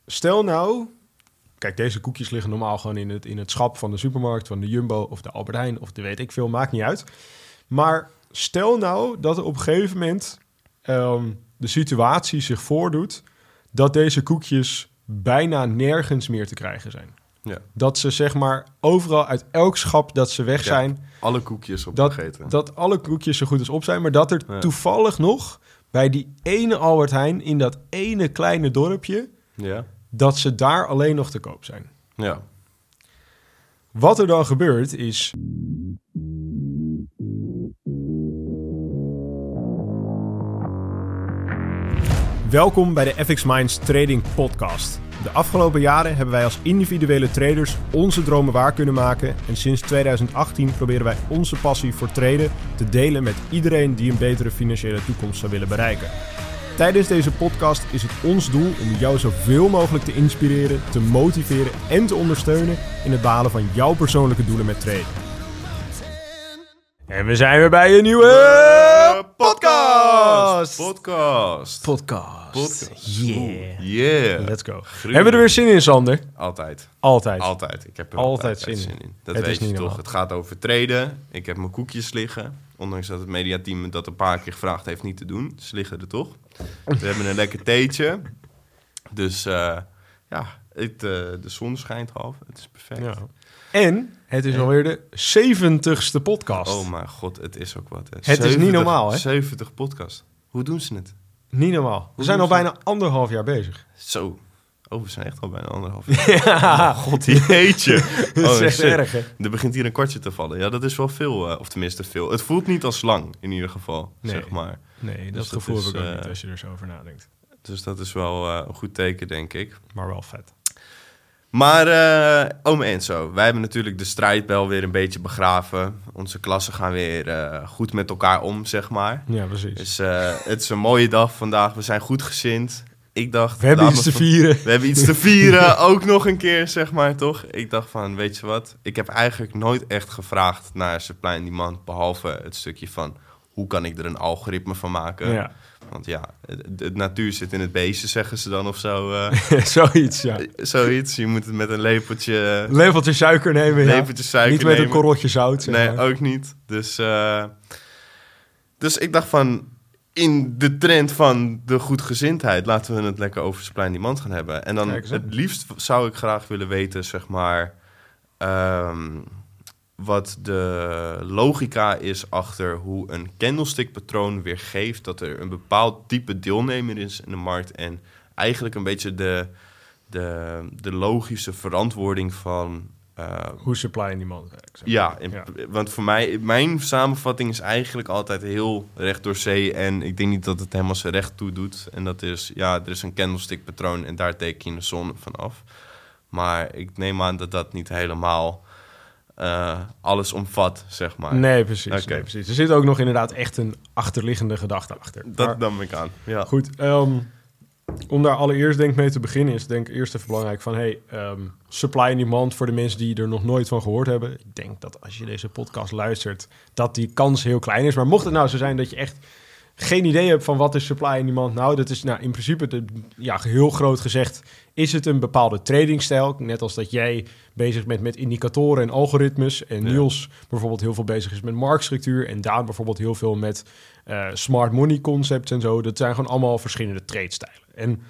stel nou... Kijk, deze koekjes liggen normaal gewoon in het schap van de supermarkt, van de Jumbo of de Albert Heijn of de weet ik veel, maakt niet uit. Maar stel nou dat er op een gegeven moment de situatie zich voordoet dat deze koekjes bijna nergens meer te krijgen zijn. Ja. Dat ze zeg maar overal uit elk schap dat ze weg zijn. Alle koekjes opgegeten. Dat alle koekjes zo goed als op zijn, maar dat er toevallig nog bij die ene Albert Heijn in dat ene kleine dorpje, dat ze daar alleen nog te koop zijn. Ja. Wat er dan gebeurt is... Welkom bij de FX Minds Trading Podcast. De afgelopen jaren hebben wij als individuele traders onze dromen waar kunnen maken. En sinds 2018 proberen wij onze passie voor traden te delen met iedereen die een betere financiële toekomst zou willen bereiken. Tijdens deze podcast is het ons doel om jou zoveel mogelijk te inspireren, te motiveren en te ondersteunen in het behalen van jouw persoonlijke doelen met traden. En we zijn weer bij een nieuwe podcast. Yeah. Let's go. Hebben we er weer zin in, Sander? Altijd. Ik heb er altijd zin in. Dat het weet is je niet toch. normaal. Het gaat over traden. Ik heb mijn koekjes liggen. Ondanks dat het mediateam me dat een paar keer gevraagd heeft niet te doen. Ze liggen er toch. We hebben een lekker theetje. Dus de zon schijnt half. Het is perfect. Ja. En het is alweer de 70ste podcast. Oh mijn god, het is ook wat. Hè. Het is niet normaal, hè? 70 podcast. Hoe doen ze het? Niet normaal. We zijn al bijna 1,5 jaar bezig. Zo. Oh, we zijn echt al bijna 1,5 jaar. Ja. God, jeetje. Dat is echt erg, hè? Er begint hier een kwartje te vallen. Ja, dat is wel veel. Of tenminste veel. Het voelt niet als lang, in ieder geval. Nee. Zeg maar. Nee, Dus dat gevoel is, heb ik ook niet als je er zo over nadenkt. Dus dat is wel een goed teken, denk ik. Maar wel vet. Maar, oom Enzo, wij hebben natuurlijk de strijdbel weer een beetje begraven. Onze klassen gaan weer goed met elkaar om, zeg maar. Ja, precies. Dus het is een mooie dag vandaag. We zijn goed gezind. Ik dacht... We hebben iets te vieren. We hebben iets te vieren, ook nog een keer, zeg maar, toch? Ik dacht van, weet je wat? Ik heb eigenlijk nooit echt gevraagd naar supply and demand, behalve het stukje van, hoe kan ik er een algoritme van maken? Ja. Want ja, de natuur zit in het beestje, zeggen ze dan of zo. Zoiets, ja. Zoiets. Je moet het met een lepeltje... Lepeltje suiker nemen, Lepeltje suiker niet met nemen. een korreltje zout, zeg Nee, maar. ook niet. Dus ik dacht van, in de trend van de goedgezindheid, laten we het lekker over supply and demand gaan hebben. En dan het liefst zou ik graag willen weten, zeg maar, wat de logica is achter hoe een candlestick-patroon weergeeft dat er een bepaald type deelnemer is in de markt en eigenlijk een beetje de logische verantwoording van... hoe supply and demand werkt. Want voor mij, mijn samenvatting is eigenlijk altijd heel recht door zee en ik denk niet dat het helemaal zijn recht toe doet. En dat is, er is een candlestick-patroon en daar teken je een zon van af. Maar ik neem aan dat dat niet helemaal... alles omvat, zeg maar. Nee, precies. Okay. Nee, precies. Er zit ook nog inderdaad echt een achterliggende gedachte achter. Dat nam ik aan, ja. Goed, om daar allereerst denk ik mee te beginnen is denk ik eerst even belangrijk van... supply and demand voor de mensen die er nog nooit van gehoord hebben. Ik denk dat als je deze podcast luistert, dat die kans heel klein is. Maar mocht het nou zo zijn dat je echt geen idee hebt van wat is supply and demand nou... dat is in principe, heel groot gezegd, is het een bepaalde tradingstijl. Net als dat jij bezig bent met indicatoren en algoritmes. En Niels bijvoorbeeld heel veel bezig is met marktstructuur. En Daan bijvoorbeeld heel veel met smart money concepts en zo. Dat zijn gewoon allemaal verschillende tradestijlen. En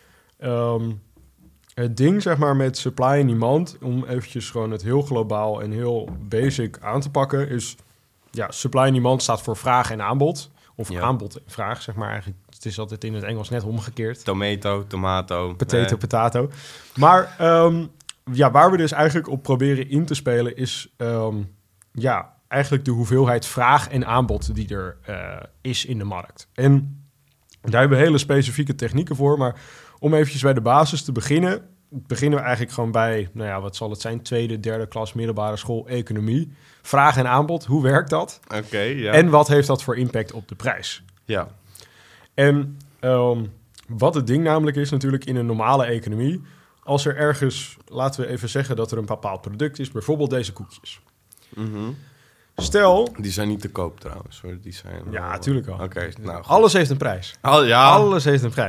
het ding zeg maar met supply and demand, om eventjes gewoon het heel globaal en heel basic aan te pakken, is supply and demand staat voor vraag en aanbod. Of aanbod en vraag, zeg maar. Eigenlijk, het is altijd in het Engels net omgekeerd. Tomato. Potato. Maar waar we dus eigenlijk op proberen in te spelen is... eigenlijk de hoeveelheid vraag en aanbod die er is in de markt. En daar hebben we hele specifieke technieken voor. Maar om eventjes bij de basis te beginnen... beginnen we eigenlijk gewoon bij, wat zal het zijn? 2e, 3e klas, middelbare school, economie. Vraag en aanbod, hoe werkt dat? Oké, ja. En wat heeft dat voor impact op de prijs? Ja. En wat het ding namelijk is natuurlijk in een normale economie... als er ergens, laten we even zeggen dat er een bepaald product is... bijvoorbeeld deze koekjes. Mm-hmm. Stel... Die zijn niet te koop trouwens, hoor. Die zijn ja, natuurlijk wel. Oké, nou goed. Alles heeft een prijs. Ja. Alles heeft een prijs.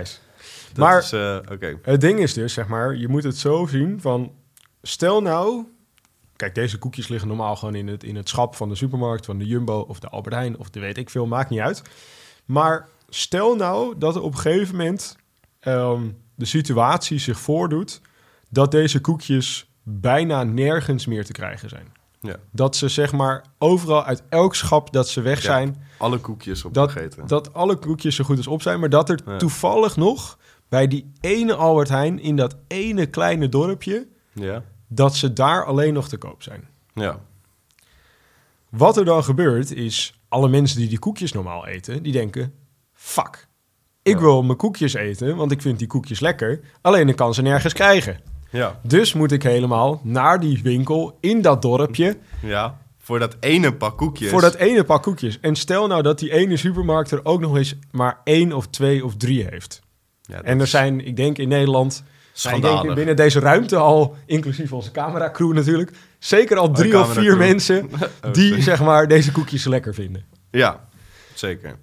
Maar Oké. het ding is dus, zeg maar, je moet het zo zien van... Stel nou... Kijk, deze koekjes liggen normaal gewoon in het schap van de supermarkt... van de Jumbo of de Albert Heijn of de weet ik veel, maakt niet uit. Maar stel nou dat er op een gegeven moment... de situatie zich voordoet... dat deze koekjes bijna nergens meer te krijgen zijn. Ja. Dat ze zeg maar overal uit elk schap dat ze weg zijn... Alle koekjes opgegeten. Dat alle koekjes zo goed als op zijn... maar dat er toevallig nog bij die ene Albert Heijn... in dat ene kleine dorpje... Ja. dat ze daar alleen nog te koop zijn. Ja. Wat er dan gebeurt is... alle mensen die koekjes normaal eten... die denken... fuck, ik wil mijn koekjes eten... want ik vind die koekjes lekker... alleen ik kan ze nergens krijgen. Ja. Dus moet ik helemaal naar die winkel... in dat dorpje... Ja, voor dat ene pak koekjes. Voor dat ene pak koekjes. En stel nou dat die ene supermarkt er ook nog eens... maar 1 of 2 of 3 heeft. Ja, en er zijn, ik denk in Nederland... schandalig. Ik denk binnen deze ruimte al... inclusief onze cameracrew natuurlijk... zeker al 3 of 4 mensen... die zeg maar deze koekjes lekker vinden. Ja, zeker.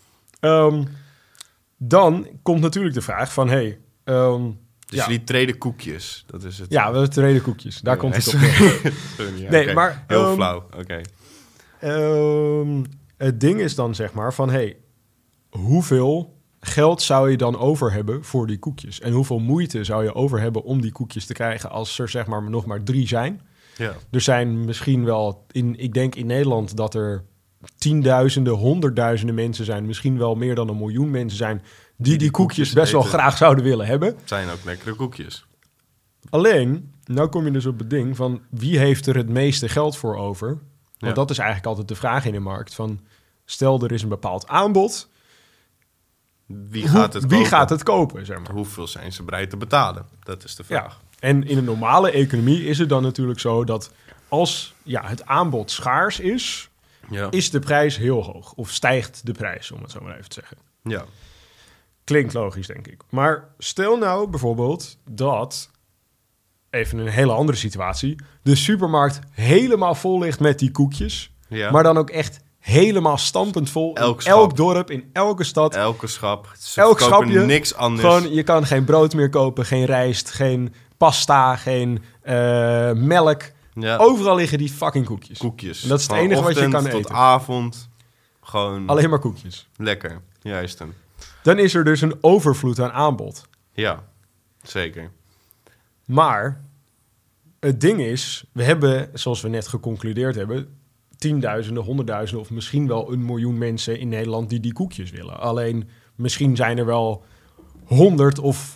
Dan komt natuurlijk de vraag van... dus jullie treden koekjes, dat is het. Ja, we treden koekjes. Daar komt het op. Nee, okay. Maar... heel flauw, oké. Het ding is dan zeg maar van... hoeveel geld zou je dan over hebben voor die koekjes? En hoeveel moeite zou je over hebben om die koekjes te krijgen... als er zeg maar nog maar 3 zijn? Ja. Er zijn misschien wel... ik denk in Nederland dat er... tienduizenden, honderdduizenden mensen zijn... misschien wel meer dan 1 miljoen mensen zijn... die koekjes best wel graag zouden willen hebben. Het zijn ook lekkere koekjes. Alleen, nou kom je dus op het ding van... wie heeft er het meeste geld voor over? Want dat is eigenlijk altijd de vraag in de markt. Van, stel, er is een bepaald aanbod... Wie gaat het kopen, zeg maar? Hoeveel zijn ze bereid te betalen? Dat is de vraag. Ja. En in een normale economie is het dan natuurlijk zo... dat als het aanbod schaars is... is de prijs heel hoog. Of stijgt de prijs, om het zo maar even te zeggen. Ja. Klinkt logisch, denk ik. Maar stel nou bijvoorbeeld dat... even een hele andere situatie... de supermarkt helemaal vol ligt met die koekjes... maar dan ook echt helemaal stampend vol... elk dorp, in elke stad... elke schap. Elk schapje. Niks anders. Gewoon, je kan geen brood meer kopen, geen rijst... geen pasta, geen melk... Ja. Overal liggen die fucking koekjes. Koekjes. En dat is het enige wat je kan eten. Tot avond. Gewoon... alleen maar koekjes. Lekker. Juist hem. Dan is er dus een overvloed aan aanbod. Ja, zeker. Maar het ding is... we hebben, zoals we net geconcludeerd hebben... tienduizenden, honderdduizenden... of misschien wel 1 miljoen mensen in Nederland... die koekjes willen. Alleen misschien zijn er wel 100 of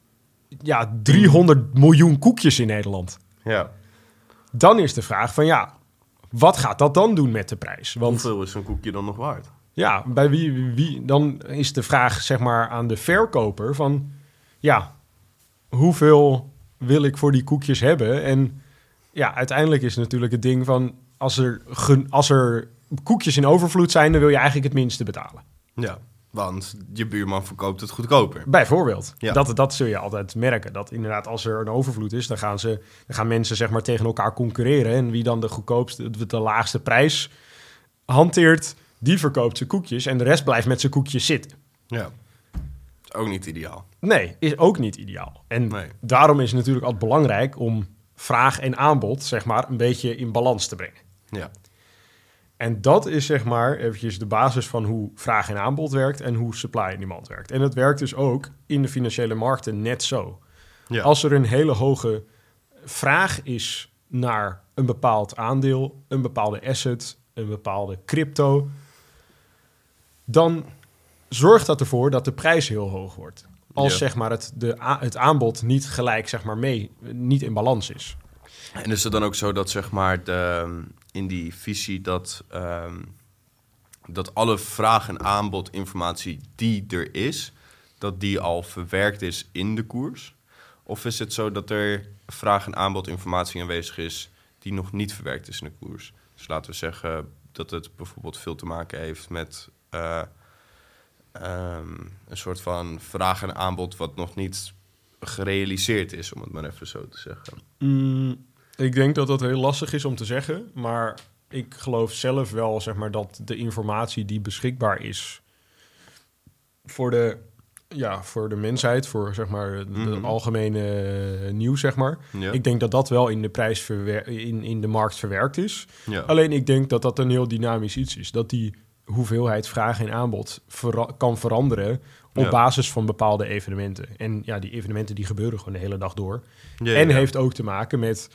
300 miljoen koekjes in Nederland. Ja. Dan is de vraag van wat gaat dat dan doen met de prijs? Want, hoeveel is zo'n koekje dan nog waard? Ja, bij wie dan is de vraag zeg maar aan de verkoper van... hoeveel wil ik voor die koekjes hebben? En uiteindelijk is natuurlijk het ding van... als er koekjes in overvloed zijn... dan wil je eigenlijk het minste betalen. Ja, want je buurman verkoopt het goedkoper. Bijvoorbeeld. Ja. Dat zul je altijd merken. Dat inderdaad als er een overvloed is... dan gaan mensen zeg maar tegen elkaar concurreren. En wie dan de goedkoopste, de laagste prijs hanteert... die verkoopt zijn koekjes. En de rest blijft met zijn koekjes zitten. Ja, is ook niet ideaal. Nee, is ook niet ideaal. En daarom is het natuurlijk altijd belangrijk... om vraag en aanbod zeg maar een beetje in balans te brengen. Ja. En dat is zeg maar eventjes de basis van hoe vraag en aanbod werkt... en hoe supply en demand werkt. En het werkt dus ook in de financiële markten net zo. Ja. Als er een hele hoge vraag is naar een bepaald aandeel... een bepaalde asset, een bepaalde crypto... dan zorgt dat ervoor dat de prijs heel hoog wordt. Als zeg maar het aanbod niet gelijk zeg maar niet in balans is. En is het dan ook zo dat zeg maar in die visie dat alle vraag en aanbod informatie die er is... dat die al verwerkt is in de koers? Of is het zo dat er vraag en aanbod informatie aanwezig is... die nog niet verwerkt is in de koers? Dus laten we zeggen dat het bijvoorbeeld veel te maken heeft met... een soort van vraag en aanbod wat nog niet gerealiseerd is, om het maar even zo te zeggen. Ik denk dat dat heel lastig is om te zeggen, maar ik geloof zelf wel zeg maar, dat de informatie die beschikbaar is voor de voor de mensheid, voor zeg maar de algemene nieuws, zeg maar. Ja. Ik denk dat dat wel in de prijs in de markt verwerkt is. Ja. Alleen ik denk dat dat een heel dynamisch iets is. Dat die hoeveelheid vraag en aanbod kan veranderen op basis van bepaalde evenementen. En ja, die evenementen die gebeuren gewoon de hele dag door. Heeft ook te maken met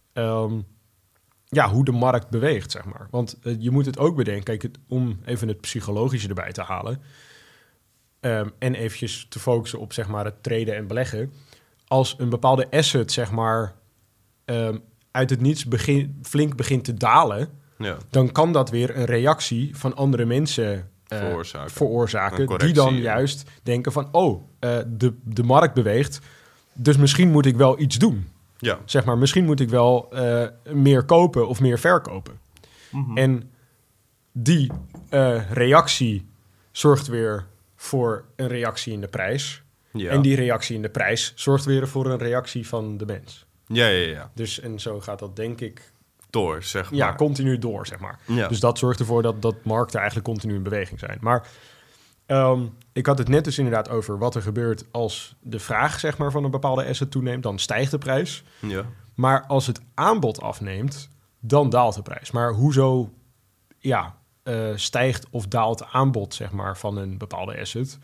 hoe de markt beweegt, zeg maar. Want je moet het ook bedenken, kijk, om even het psychologische erbij te halen en eventjes te focussen op zeg maar het traden en beleggen. Als een bepaalde asset zeg maar uit het niets flink begint te dalen, dan kan dat weer een reactie van andere mensen veroorzaken die dan juist denken van, de markt beweegt, dus misschien moet ik wel iets doen. Ja. Zeg maar, misschien moet ik wel meer kopen of meer verkopen. Mm-hmm. En die reactie zorgt weer voor een reactie in de prijs. Ja. En die reactie in de prijs zorgt weer voor een reactie van de mens. Ja. Dus en zo gaat dat, denk ik, door, zeg maar. Ja, continu door, zeg maar. Ja. Dus dat zorgt ervoor dat markten eigenlijk continu in beweging zijn. Maar ik had het net dus inderdaad over wat er gebeurt als de vraag zeg maar, van een bepaalde asset toeneemt. Dan stijgt de prijs. Ja. Maar als het aanbod afneemt, dan daalt de prijs. Maar hoezo stijgt of daalt aanbod zeg maar, van een bepaalde asset?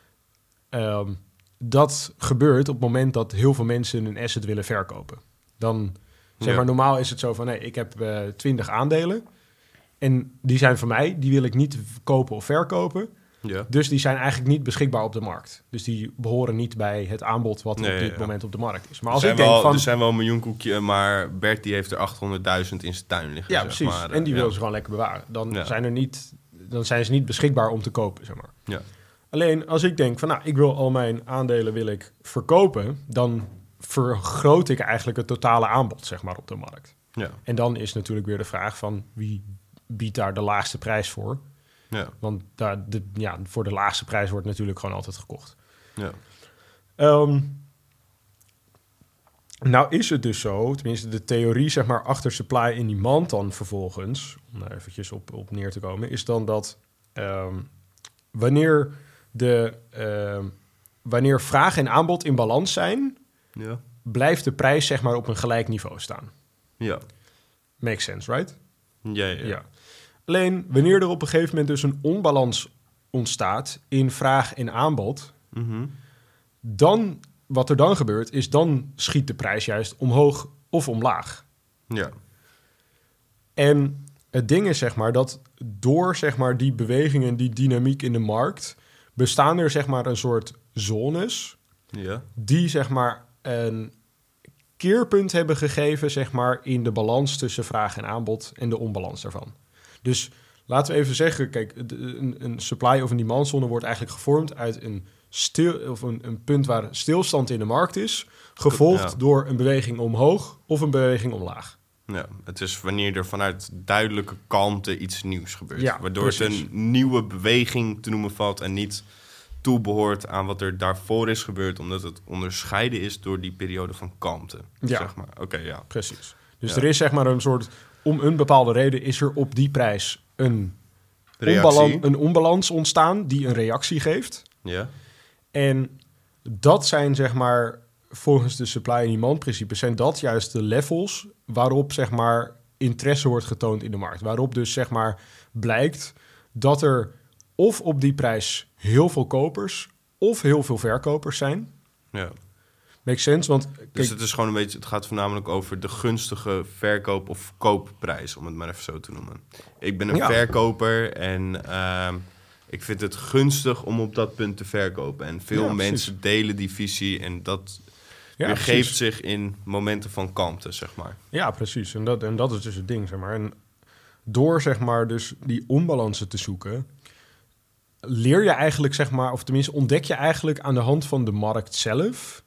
Dat gebeurt op het moment dat heel veel mensen een asset willen verkopen. Dan, zeg maar, normaal is het zo van, ik heb 20 aandelen. En die zijn van mij, die wil ik niet kopen of verkopen. Ja. Dus die zijn eigenlijk niet beschikbaar op de markt. Dus die behoren niet bij het aanbod wat op dit moment op de markt is. Maar als ik denk van, er zijn wel een miljoen koekje, maar Bert die heeft er 800.000 in zijn tuin liggen. Ja, precies. Maar, en die wil ze gewoon lekker bewaren. Dan zijn ze niet beschikbaar om te kopen, zeg maar. Ja. Alleen als ik denk van, ik wil al mijn aandelen wil ik verkopen, dan vergroot ik eigenlijk het totale aanbod, zeg maar, op de markt. Ja. En dan is natuurlijk weer de vraag van wie biedt daar de laagste prijs voor? Ja. Want voor de laagste prijs wordt natuurlijk gewoon altijd gekocht. Ja. Nou is het dus zo, tenminste de theorie zeg maar achter supply en demand dan vervolgens, om daar eventjes op neer te komen, is dan dat wanneer vraag en aanbod in balans zijn, blijft de prijs zeg maar op een gelijk niveau staan. Ja. Makes sense, right? Ja. Alleen, wanneer er op een gegeven moment dus een onbalans ontstaat in vraag en aanbod, dan, wat er dan gebeurt, is dan schiet de prijs juist omhoog of omlaag. Ja. En het ding is, zeg maar, dat door, zeg maar, die bewegingen, die dynamiek in de markt, bestaan er, zeg maar, een soort zones die, zeg maar, een keerpunt hebben gegeven, zeg maar, in de balans tussen vraag en aanbod en de onbalans daarvan. Dus laten we even zeggen, kijk, een supply of een demandzone wordt eigenlijk gevormd uit een punt waar stilstand in de markt is, gevolgd door een beweging omhoog of een beweging omlaag. Ja, het is wanneer er vanuit duidelijke kalmte iets nieuws gebeurt. Ja, waardoor precies. het een nieuwe beweging te noemen valt en niet toebehoort aan wat er daarvoor is gebeurd, omdat het onderscheiden is door die periode van kalmte. Ja, zeg maar. Oké, precies. Dus er is zeg maar een soort, om een bepaalde reden is er op die prijs een onbalans ontstaan die een reactie geeft. Ja. En dat zijn zeg maar, volgens de supply en demand principes, zijn dat juist de levels waarop zeg maar interesse wordt getoond in de markt. Waarop dus zeg maar blijkt dat er of op die prijs heel veel kopers of heel veel verkopers zijn. Ja. Makes sense, want kijk, dus het is gewoon een beetje, het gaat voornamelijk over de gunstige verkoop- of koopprijs, om het maar even zo te noemen. Ik ben een verkoper en ik vind het gunstig om op dat punt te verkopen. En veel mensen delen die visie en dat geeft zich in momenten van kalmte, zeg maar. Ja, precies. En dat is dus het ding, zeg maar. En door, zeg maar, dus die onbalansen te zoeken, leer je eigenlijk, zeg maar, of tenminste ontdek je eigenlijk aan de hand van de markt zelf,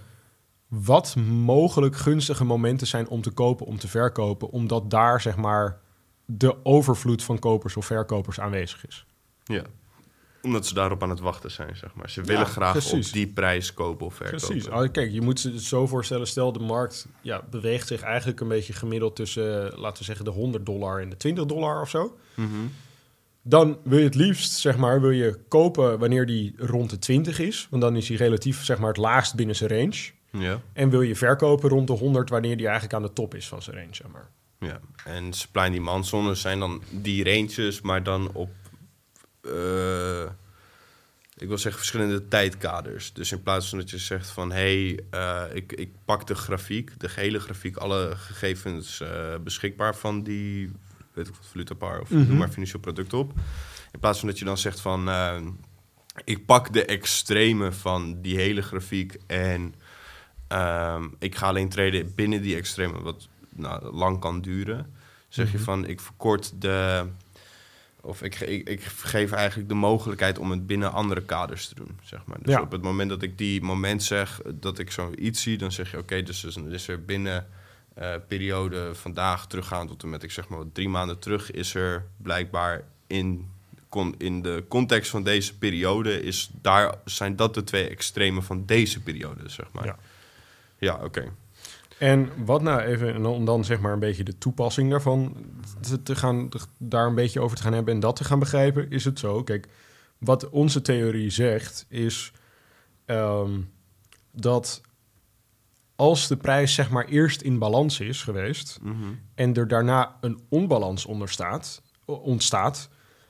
wat mogelijk gunstige momenten zijn om te kopen, om te verkopen, omdat daar, zeg maar, de overvloed van kopers of verkopers aanwezig is. Ja, omdat ze daarop aan het wachten zijn, zeg maar. Ze willen graag op die prijs kopen of verkopen. Precies. Kijk, je moet het zo voorstellen, stel de markt beweegt zich eigenlijk een beetje gemiddeld tussen, laten we zeggen, de $100 en de $20 of zo. Dan wil je het liefst, zeg maar, wil je kopen wanneer die rond de 20 is. Want dan is die relatief, zeg maar, het laagst binnen zijn range. Ja. En wil je verkopen rond de 100 wanneer die eigenlijk aan de top is van zijn range, zeg maar. Ja, en supply en demand zones zijn dan die ranges, maar dan op, ik wil zeggen, verschillende tijdkaders. Dus in plaats van dat je zegt van, ik pak de grafiek, de gehele grafiek, alle gegevens beschikbaar van die, weet ik wat, valutapaar of noem maar financieel product op. In plaats van dat je dan zegt van, ik pak de extreme van die hele grafiek en ik ga alleen traden binnen die extreme, wat lang kan duren. Zeg je van, ik verkort of ik geef eigenlijk de mogelijkheid om het binnen andere kaders te doen, zeg maar. Dus op het moment dat ik die moment zeg, dat ik zoiets zie, dan zeg je, oké, dus is er binnen periode vandaag teruggaan tot en met, ik zeg maar, 3 maanden terug, is er blijkbaar in de context van deze periode, zijn dat de 2 extremen van deze periode, zeg maar. Ja, oké. En wat nou even, om dan zeg maar een beetje de toepassing daarvan daar een beetje over te gaan hebben en dat te gaan begrijpen, is het zo. Kijk, wat onze theorie zegt is dat als de prijs zeg maar eerst in balans is geweest en er daarna een onbalans ontstaat,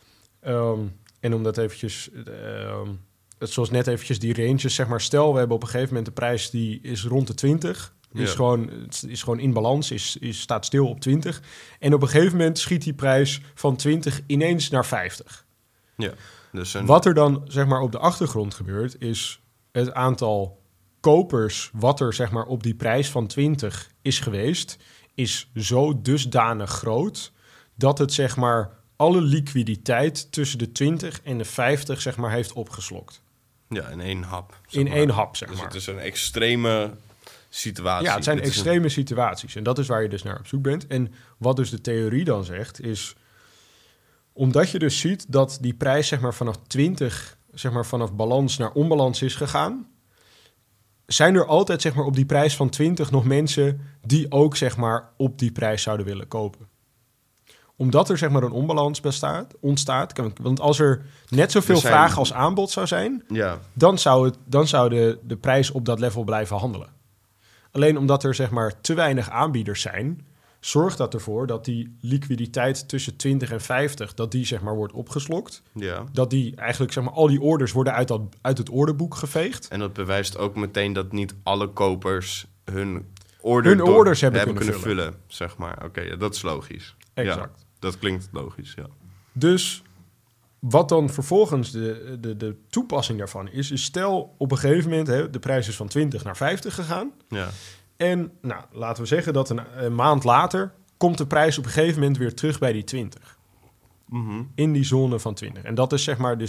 en omdat eventjes, zoals net eventjes die ranges, zeg maar, stel we hebben op een gegeven moment de prijs die is rond de 20, is gewoon in balans, staat stil op 20. En op een gegeven moment schiet die prijs van 20 ineens naar 50. Ja, dus wat er dan zeg maar op de achtergrond gebeurt, is het aantal kopers wat er zeg maar op die prijs van 20 is geweest, is zo dusdanig groot dat het zeg maar alle liquiditeit tussen de 20 en de 50 zeg maar heeft opgeslokt. Ja, in één hap. Één hap, zeg dus maar. Het is een extreme situatie. Ja, het zijn extreme situaties. En dat is waar je dus naar op zoek bent. En wat dus de theorie dan zegt, is omdat je dus ziet dat die prijs zeg maar vanaf 20, zeg maar vanaf balans naar onbalans is gegaan, zijn er altijd zeg maar op die prijs van 20 nog mensen die ook zeg maar op die prijs zouden willen kopen. Omdat er zeg maar een onbalans ontstaat. Want als er net zoveel vraag als aanbod zou zijn, dan zou de prijs op dat level blijven handelen. Alleen omdat er zeg maar te weinig aanbieders zijn, zorgt dat ervoor dat die liquiditeit tussen 20 en 50, dat die zeg maar wordt opgeslokt. Ja. Dat die eigenlijk zeg maar al die orders worden uit het orderboek geveegd. En dat bewijst ook meteen dat niet alle kopers hun orders hebben kunnen vullen, zeg maar. Oké, dat is logisch. Exact. Ja, dat klinkt logisch, ja. Dus wat dan vervolgens de toepassing daarvan is stel op een gegeven moment, de prijs is van 20 naar 50 gegaan. Ja. En nou, laten we zeggen dat een maand later komt de prijs op een gegeven moment weer terug bij die 20. In die zone van 20. En dat is zeg maar,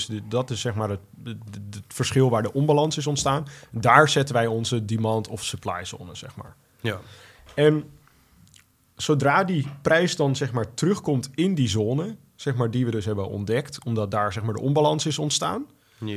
het verschil waar de onbalans is ontstaan. Daar zetten wij onze demand of supply zone, zeg maar. Ja. En zodra die prijs dan zeg maar terugkomt in die zone, zeg maar, die we dus hebben ontdekt, omdat daar zeg maar de onbalans is ontstaan,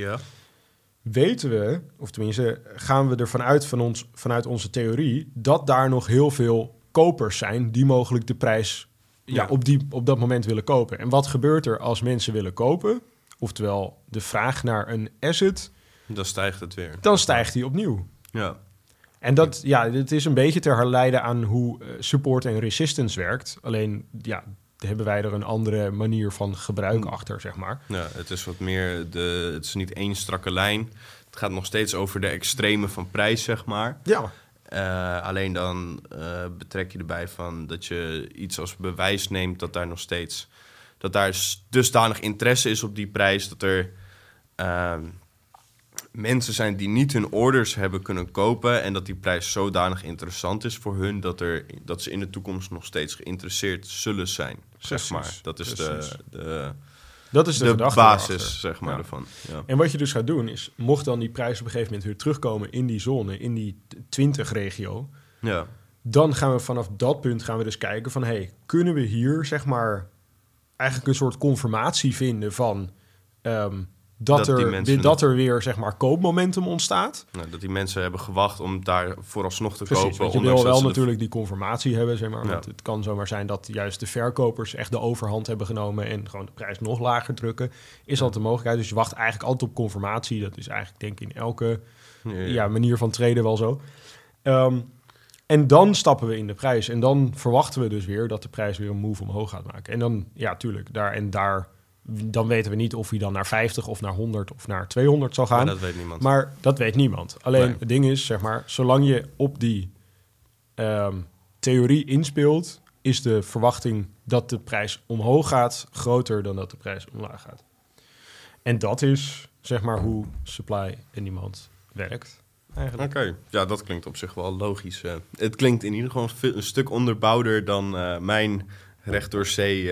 weten we, of tenminste gaan we ervan uit vanuit onze theorie, dat daar nog heel veel kopers zijn die mogelijk de prijs op dat moment willen kopen. En wat gebeurt er als mensen willen kopen? Oftewel de vraag naar een asset. Dan stijgt het weer. Dan stijgt die opnieuw. Ja. En dit is een beetje te herleiden aan hoe support en resistance werkt. Alleen, hebben wij er een andere manier van gebruik achter, zeg maar. Ja, het is wat meer het is niet één strakke lijn. Het gaat nog steeds over de extreme van prijs, zeg maar. Ja. Alleen dan betrek je erbij van dat je iets als bewijs neemt dat daar nog steeds, dat daar dusdanig interesse is op die prijs, dat er mensen zijn die niet hun orders hebben kunnen kopen en dat die prijs zodanig interessant is voor hun dat ze in de toekomst nog steeds geïnteresseerd zullen zijn. Zeg maar. Dat is de basis, zeg maar, ervan. Ja. En wat je dus gaat doen is, mocht dan die prijs op een gegeven moment weer terugkomen in die zone, in die 20-regio, dan gaan we vanaf dat punt dus kijken van, kunnen we hier zeg maar eigenlijk een soort confirmatie vinden van dat er weer, zeg maar, koopmomentum ontstaat. Nou, dat die mensen hebben gewacht om daar vooralsnog te Precies, kopen. want je wil wel natuurlijk die conformatie hebben, zeg maar. Ja. Want het kan zomaar zijn dat juist de verkopers echt de overhand hebben genomen en gewoon de prijs nog lager drukken. Is altijd de mogelijkheid. Dus je wacht eigenlijk altijd op conformatie. Dat is eigenlijk, denk ik, in elke manier van traden wel zo. En dan stappen we in de prijs. En dan verwachten we dus weer dat de prijs weer een move omhoog gaat maken. En dan, ja, tuurlijk, dan weten we niet of hij dan naar 50 of naar 100 of naar 200 zal gaan. Maar dat weet niemand. Alleen het ding is, zeg maar, zolang je op die theorie inspeelt, is de verwachting dat de prijs omhoog gaat groter dan dat de prijs omlaag gaat. En dat is, zeg maar, hoe supply en demand werkt. Oké, ja, dat klinkt op zich wel logisch. Het klinkt in ieder geval een stuk onderbouwder dan mijn recht door zee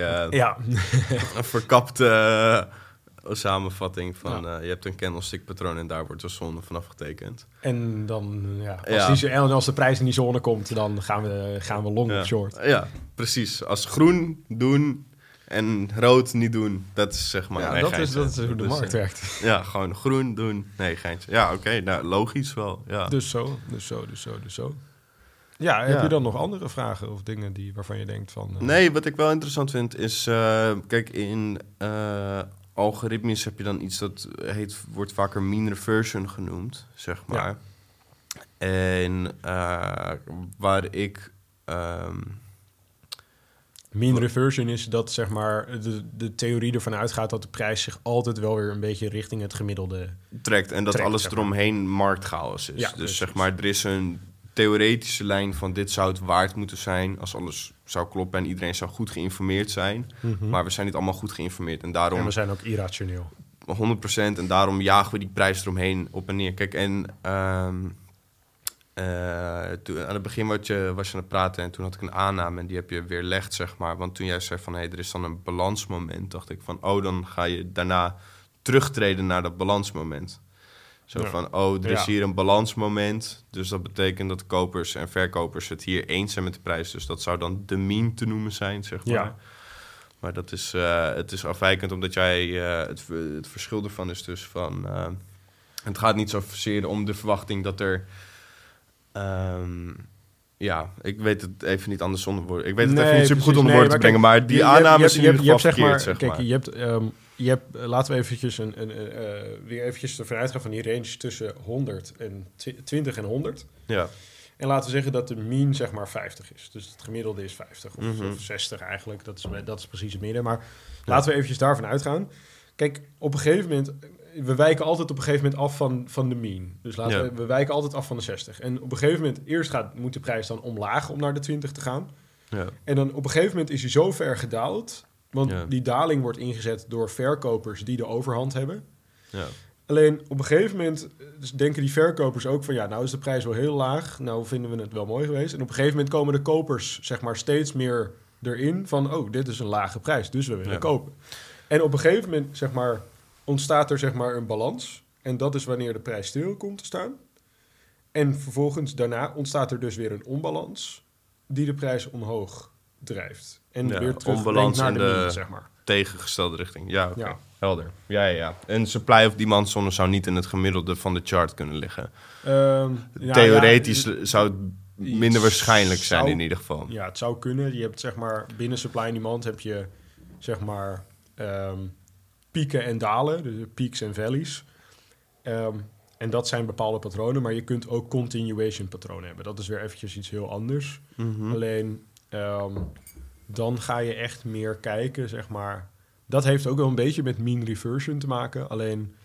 verkapte samenvatting van je hebt een candlestick patroon en daar wordt de zone vanaf getekend. En dan, als de prijs in die zone komt, dan gaan we long of short. Ja, precies. Als groen doen en rood niet doen, dat is zeg maar... dat is hoe de markt werkt. Ja, gewoon groen doen, nee, geintje. Ja, oké, nou, logisch wel. Ja. Dus zo. Ja, heb je dan nog andere vragen of dingen waarvan je denkt van... Nee, wat ik wel interessant vind is... kijk, in algoritmes heb je dan iets dat wordt vaker mean reversion genoemd, zeg maar. Ja. En waar ik... mean reversion is dat, zeg maar, de theorie ervan uitgaat dat de prijs zich altijd wel weer een beetje richting het gemiddelde trekt. En dat alles eromheen marktchaos is. Ja, dus precies. Zeg maar, er is een theoretische lijn van dit zou het waard moeten zijn als alles zou kloppen en iedereen zou goed geïnformeerd zijn. Mm-hmm. Maar we zijn niet allemaal goed geïnformeerd. En daarom, we zijn ook irrationeel. 100%. En daarom jagen we die prijs eromheen op en neer. Kijk, en aan het begin was je aan het praten en toen had ik een aanname en die heb je weerlegd, zeg maar. Want toen jij zei van, er is dan een balansmoment, dacht ik van, dan ga je daarna terugtreden naar dat balansmoment. Van, er is hier een balansmoment, dus dat betekent dat kopers en verkopers het hier eens zijn met de prijs. Dus dat zou dan de mean te noemen zijn, zeg maar. Ja. Maar dat is, het is afwijkend omdat jij, het verschil ervan is dus van, het gaat niet zozeer om de verwachting dat er... ik weet het even niet anders onder woorden. Ik weet het even niet super goed onder woorden te brengen, maar die aanname is in ieder geval verkeerd, zeg maar. Je hebt, laten we eventjes weer eventjes ervan uitgaan van die range tussen 100 en 20 en 100. Ja. En laten we zeggen dat de mean, zeg maar, 50 is. Dus het gemiddelde is 50 of 60 eigenlijk. Dat is precies het midden. Maar laten we eventjes daarvan uitgaan. Kijk, op een gegeven moment... We wijken altijd op een gegeven moment af van de mean. Dus we wijken altijd af van de 60. En op een gegeven moment, moet de prijs dan omlaag om naar de 20 te gaan. Ja. En dan op een gegeven moment is hij zo ver gedaald. Want die daling wordt ingezet door verkopers die de overhand hebben. Ja. Alleen op een gegeven moment denken die verkopers ook van... nou is de prijs wel heel laag. Nou vinden we het wel mooi geweest. En op een gegeven moment komen de kopers, zeg maar, steeds meer erin van... dit is een lage prijs, dus we willen kopen. En op een gegeven moment, zeg maar... ontstaat er, zeg maar, een balans. En dat is wanneer de prijs stil komt te staan. En vervolgens daarna ontstaat er dus weer een onbalans... die de prijs omhoog drijft. En weer terug naar de mean, zeg maar. Tegengestelde richting. Ja, okay. Ja. Helder. Ja. En supply of demand zone zou niet in het gemiddelde van de chart kunnen liggen. Theoretisch zou het minder waarschijnlijk zijn in ieder geval. Ja, het zou kunnen. Je hebt, zeg maar, binnen supply en demand heb je, zeg maar... pieken en dalen, dus peaks en valleys. En dat zijn bepaalde patronen, maar je kunt ook continuation patronen hebben. Dat is weer eventjes iets heel anders. Mm-hmm. Alleen, dan ga je echt meer kijken, zeg maar... Dat heeft ook wel een beetje met mean reversion te maken. Alleen,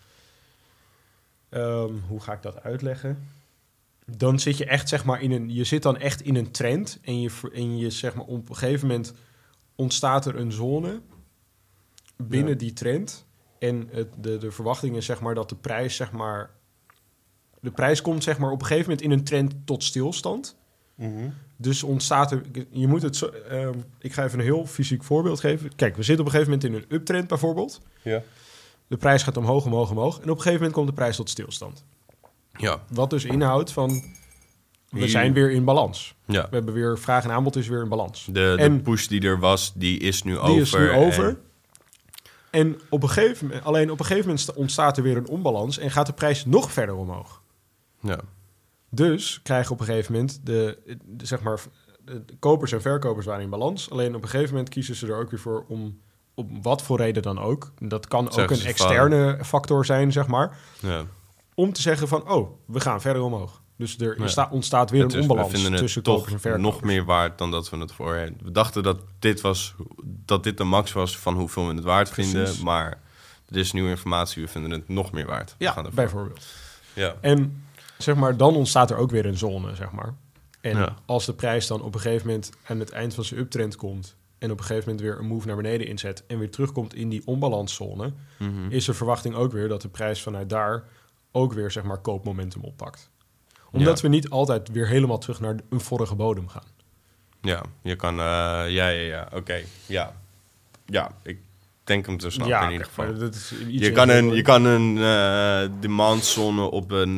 hoe ga ik dat uitleggen? Dan zit je echt, zeg maar, je zit dan echt in een trend... en je zeg maar, op een gegeven moment ontstaat er een zone... binnen die trend. En de verwachting is, zeg maar, dat de prijs, zeg maar... De prijs komt, zeg maar, op een gegeven moment in een trend tot stilstand. Mm-hmm. Dus ontstaat er... Je moet het zo... ik ga even een heel fysiek voorbeeld geven. Kijk, we zitten op een gegeven moment in een uptrend bijvoorbeeld. Ja. De prijs gaat omhoog. En op een gegeven moment komt de prijs tot stilstand. Ja. Wat dus inhoudt van... We zijn weer in balans. Ja. We hebben weer... Vraag en aanbod is weer in balans. De push die er was, die is nu over. Die is nu over. En op een gegeven moment ontstaat er weer een onbalans en gaat de prijs nog verder omhoog. Ja. Dus krijgen op een gegeven moment de kopers en verkopers waren in balans. Alleen op een gegeven moment kiezen ze er ook weer voor om wat voor reden dan ook. Dat kan ook een externe factor zijn, zeg maar. Ja. Om te zeggen van, we gaan verder omhoog. Dus er ontstaat weer een onbalans tussen kopers en verkopers. Nog meer waard dan dat we het voorheen. We dachten dat dit de max was van hoeveel we het waard vinden. Maar er is nieuwe informatie, we vinden het nog meer waard. Ja, bijvoorbeeld. Ja. En zeg maar, dan ontstaat er ook weer een zone, zeg maar. En als de prijs dan op een gegeven moment aan het eind van zijn uptrend komt en op een gegeven moment weer een move naar beneden inzet en weer terugkomt in die onbalanszone, is de verwachting ook weer dat de prijs vanuit daar ook weer, zeg maar, koopmomentum oppakt. Omdat we niet altijd weer helemaal terug naar een vorige bodem gaan. Ja, je kan... Oké. Ja, ik denk hem te snappen in ieder geval. Dat is je kan een demandzone op een...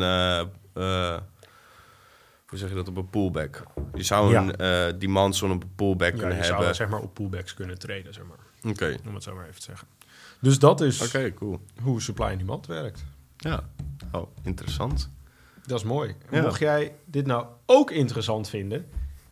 hoe zeg je dat? Op een pullback. Je zou een demandzone op een pullback kunnen hebben. Je zou zeg maar op pullbacks kunnen traden, zeg maar. Oké. Om het zo maar even te zeggen. Dus dat is cool. hoe supply en demand werkt. Ja. Oh, interessant. Dat is mooi. Mocht jij dit nou ook interessant vinden...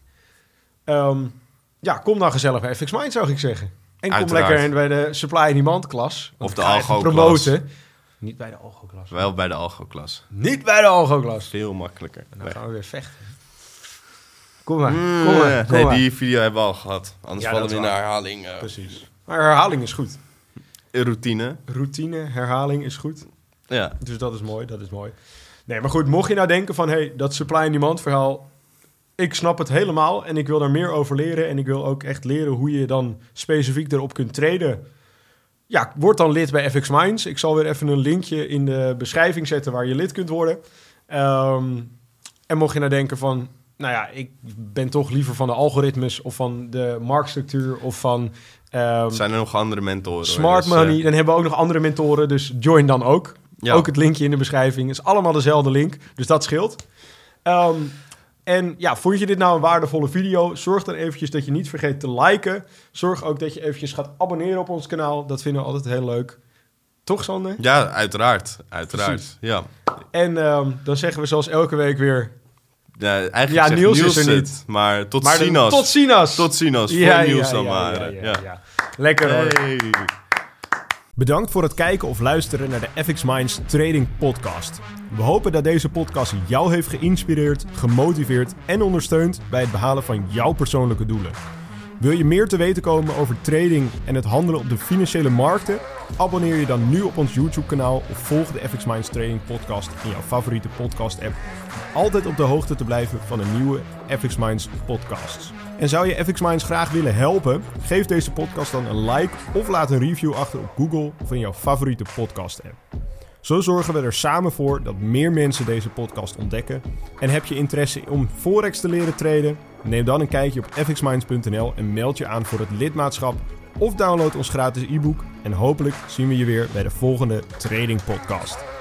kom dan gezellig bij FX Mind, zou ik zeggen. En kom lekker bij de supply en demand klas. Of de algo-klas. Niet bij de algo-klas. Wel bij de algo-klas. Niet bij de algo-klas. Veel makkelijker. En dan gaan we weer vechten. Kom maar. Die video hebben we al gehad. Anders vallen we in de herhaling. Precies. Maar herhaling is goed. Routine, herhaling is goed. Ja. Dus dat is mooi. Nee, maar goed, mocht je nou denken van... dat supply en demand verhaal... Ik snap het helemaal en ik wil daar meer over leren. En ik wil ook echt leren hoe je dan specifiek erop kunt traden. Ja, word dan lid bij FX Minds. Ik zal weer even een linkje in de beschrijving zetten waar je lid kunt worden. En mocht je nou denken van... ik ben toch liever van de algoritmes of van de marktstructuur of van... zijn er nog andere mentoren? Smart Money, dan hebben we ook nog andere mentoren, dus join dan ook. Ja. Ook het linkje in de beschrijving. Het is allemaal dezelfde link, dus dat scheelt. En vond je dit nou een waardevolle video? Zorg dan eventjes dat je niet vergeet te liken. Zorg ook dat je eventjes gaat abonneren op ons kanaal. Dat vinden we altijd heel leuk. Toch, Sander? Ja, uiteraard. Precies. Ja. En dan zeggen we zoals elke week weer... Ja, eigenlijk Niels is er niet. Maar tot ziens. Tot ziens. Voor Niels dan maar. Ja. Lekker hoor. Bedankt voor het kijken of luisteren naar de FX Minds Trading Podcast. We hopen dat deze podcast jou heeft geïnspireerd, gemotiveerd en ondersteund bij het behalen van jouw persoonlijke doelen. Wil je meer te weten komen over trading en het handelen op de financiële markten? Abonneer je dan nu op ons YouTube-kanaal of volg de FX Minds Trading Podcast in jouw favoriete podcast-app. Om altijd op de hoogte te blijven van de nieuwe FX Minds podcasts. En zou je FX Minds graag willen helpen? Geef deze podcast dan een like of laat een review achter op Google of in jouw favoriete podcast-app. Zo zorgen we er samen voor dat meer mensen deze podcast ontdekken. En heb je interesse om Forex te leren traden? Neem dan een kijkje op fxminds.nl en meld je aan voor het lidmaatschap. Of download ons gratis e-book. En hopelijk zien we je weer bij de volgende Trading Podcast.